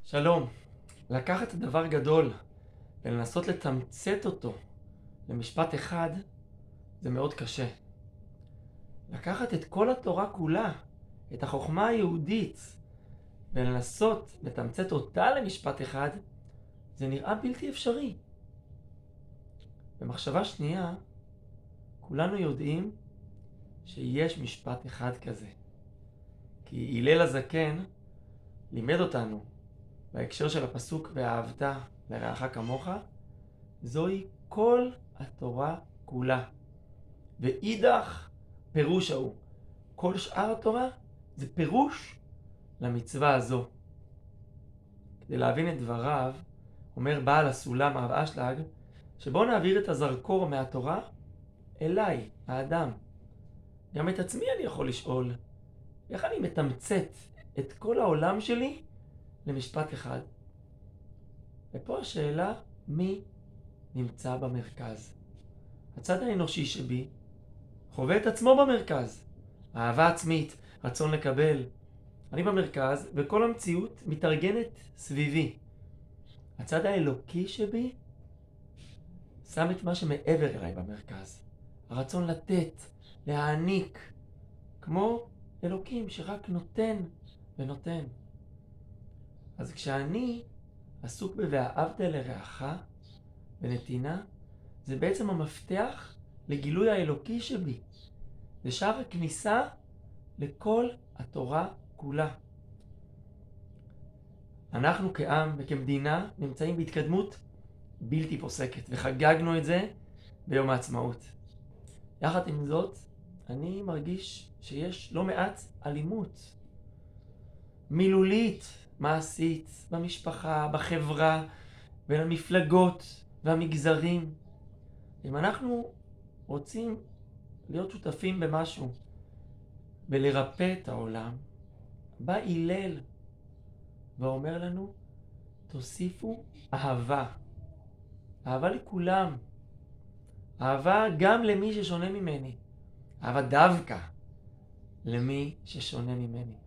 שלום. לקחת דבר גדול ולנסות לתמצת אותו למשפט אחד זה מאוד קשה. לקחת את כל התורה כולה, את החוכמה היהודית, ולנסות לתמצת אותה למשפט אחד, זה נראה בלתי אפשרי. במחשבה שנייה, כולנו יודעים שיש משפט אחד כזה. כי הלל הזקן לימד אותנו בהקשר של הפסוק ואהבת לרעך כמוך, זוהי כל התורה כולה. ואידך פירוש ההוא. כל שאר התורה זה פירוש למצווה הזו. כדי להבין את דבריו, אומר בעל הסולם הרב אשלג, שבואו נעביר את הזרקור מהתורה אליי, האדם. גם את עצמי אני יכול לשאול, איך אני מתמצת את כל העולם שלי למשפט אחד? ופה השאלה, מי נמצא במרכז? הצד האנושי שבי חווה את עצמו במרכז. אהבה עצמית, רצון לקבל. אני במרכז, וכל המציאות מתארגנת סביבי. הצד האלוקי שבי שם את מה שמעבר אליי במרכז. הרצון לתת, להעניק, כמו אלוקים שרק נותן ונותן. אז כשאני עסוק ב"ואהבת לרעך" ונתינה, זה בעצם המפתח לגילוי האלוקי שבי. זה שער הכניסה לכל התורה כולה. אנחנו כעם וכמדינה נמצאים בהתקדמות בלתי פוסקת, וחגגנו את זה ביום העצמאות. יחד עם זאת, אני מרגיש שיש לא מעט אלימות מילולית, מעשית, במשפחה, בחברה, בין המפלגות והמגזרים. אם אנחנו רוצים להיות שותפים במשהו, ולרפא את העולם, בא הלל ואומר לנו, תוסיפו אהבה. אהבה לכולם. אהבה גם למי ששונה ממני. אהבה דווקא למי ששונה ממני.